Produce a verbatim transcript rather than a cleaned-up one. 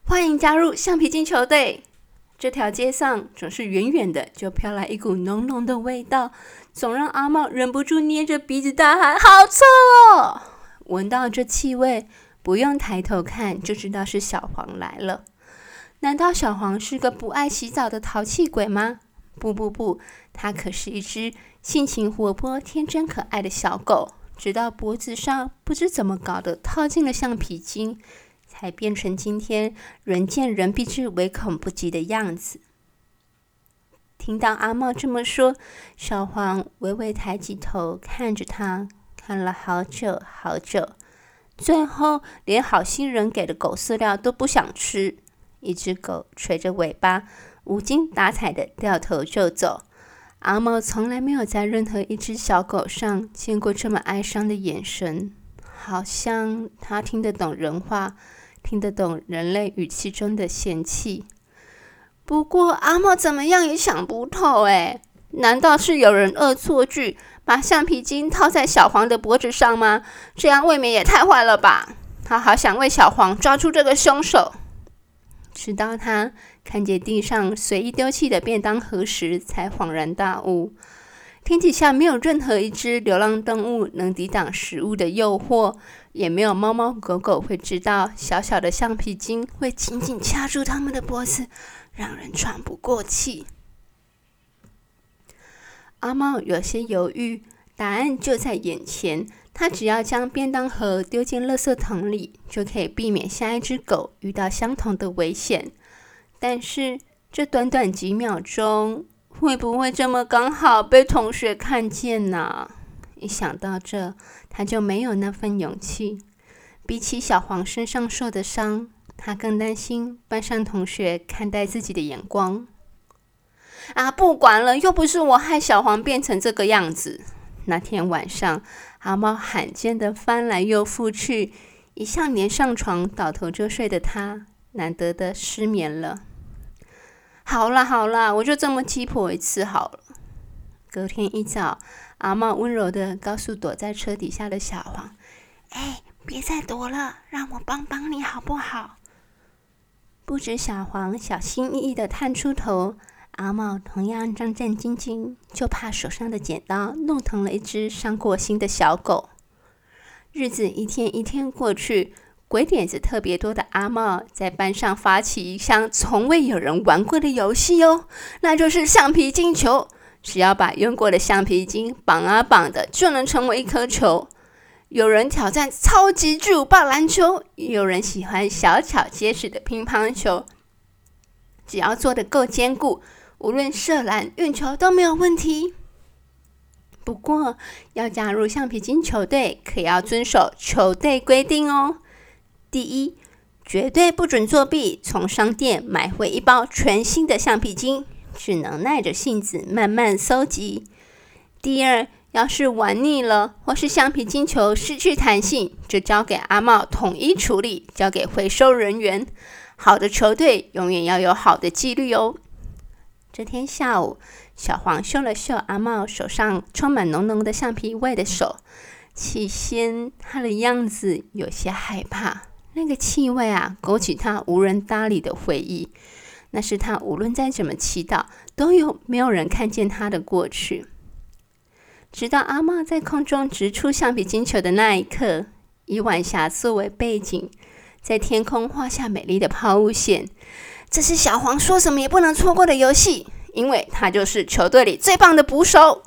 欢迎加入橡皮筋球队。这条街上总是远远的就飘来一股浓浓的味道，总让阿茂忍不住捏着鼻子大喊：好臭哦！闻到这气味，不用抬头看就知道是小黄来了。难道小黄是个不爱洗澡的淘气鬼吗？不不不，它可是一只性情活泼、天真可爱的小狗，直到脖子上不知怎么搞的套进了橡皮筋，才变成今天人见人避之唯恐不及的样子。听到阿茂这么说，小黄微微抬起头看着他，看了好久好久，最后连好心人给的狗饲料都不想吃。一只狗垂着尾巴，无精打采的掉头就走。阿茂从来没有在任何一只小狗上见过这么哀伤的眼神，好像他听得懂人话，听得懂人类语气中的嫌弃。不过阿茂怎么样也想不透诶，难道是有人恶作剧把橡皮筋套在小黄的脖子上吗？这样未免也太坏了吧。他好想为小黄抓出这个凶手。直到他看见地上随意丢弃的便当盒时，才恍然大悟，天底下没有任何一只流浪动物能抵挡食物的诱惑，也没有猫猫狗狗会知道小小的橡皮筋会紧紧掐住它们的脖子，让人喘不过气。阿茂有些犹豫，答案就在眼前，他只要将便当盒丢进垃圾桶里，就可以避免下一只狗遇到相同的危险。但是这短短几秒钟，会不会这么刚好被同学看见呢？一想到这，他就没有那份勇气。比起小黄身上受的伤，他更担心班上同学看待自己的眼光。啊，不管了，又不是我害小黄变成这个样子。那天晚上，阿猫罕见的翻来又覆去，一向连上床倒头就睡的他，难得的失眠了。好啦好啦，我就这么鸡婆一次好了。隔天一早，阿猫温柔的告诉躲在车底下的小黄：哎，别再躲了，让我帮帮你好不好？不止小黄小心翼翼的探出头，阿茂同样战战兢兢，就怕手上的剪刀弄疼了一只伤过心的小狗。日子一天一天过去，鬼点子特别多的阿茂在班上发起一项从未有人玩过的游戏哦，那就是橡皮筋球。只要把用过的橡皮筋绑啊绑的，就能成为一颗球。有人挑战超级巨无霸篮球，有人喜欢小巧结实的乒乓球。只要做得够坚固，无论射篮、运球都没有问题。不过，要加入橡皮筋球队，可要遵守球队规定哦。第一，绝对不准作弊，从商店买回一包全新的橡皮筋，只能耐着性子慢慢搜集。第二，要是玩腻了，或是橡皮筋球失去弹性，就交给阿茂统一处理，交给回收人员。好的球队永远要有好的纪律哦。这天下午，小黄嗅了嗅阿茂手上充满浓浓的橡皮味的手，起先他的样子有些害怕，那个气味啊，勾起他无人搭理的回忆。那是他无论再怎么祈祷，都有没有人看见他的过去。直到阿茂在空中直出橡皮筋球的那一刻，以晚霞作为背景，在天空画下美丽的抛物线。这是小黄说什么也不能错过的游戏，因为他就是球队里最棒的捕手。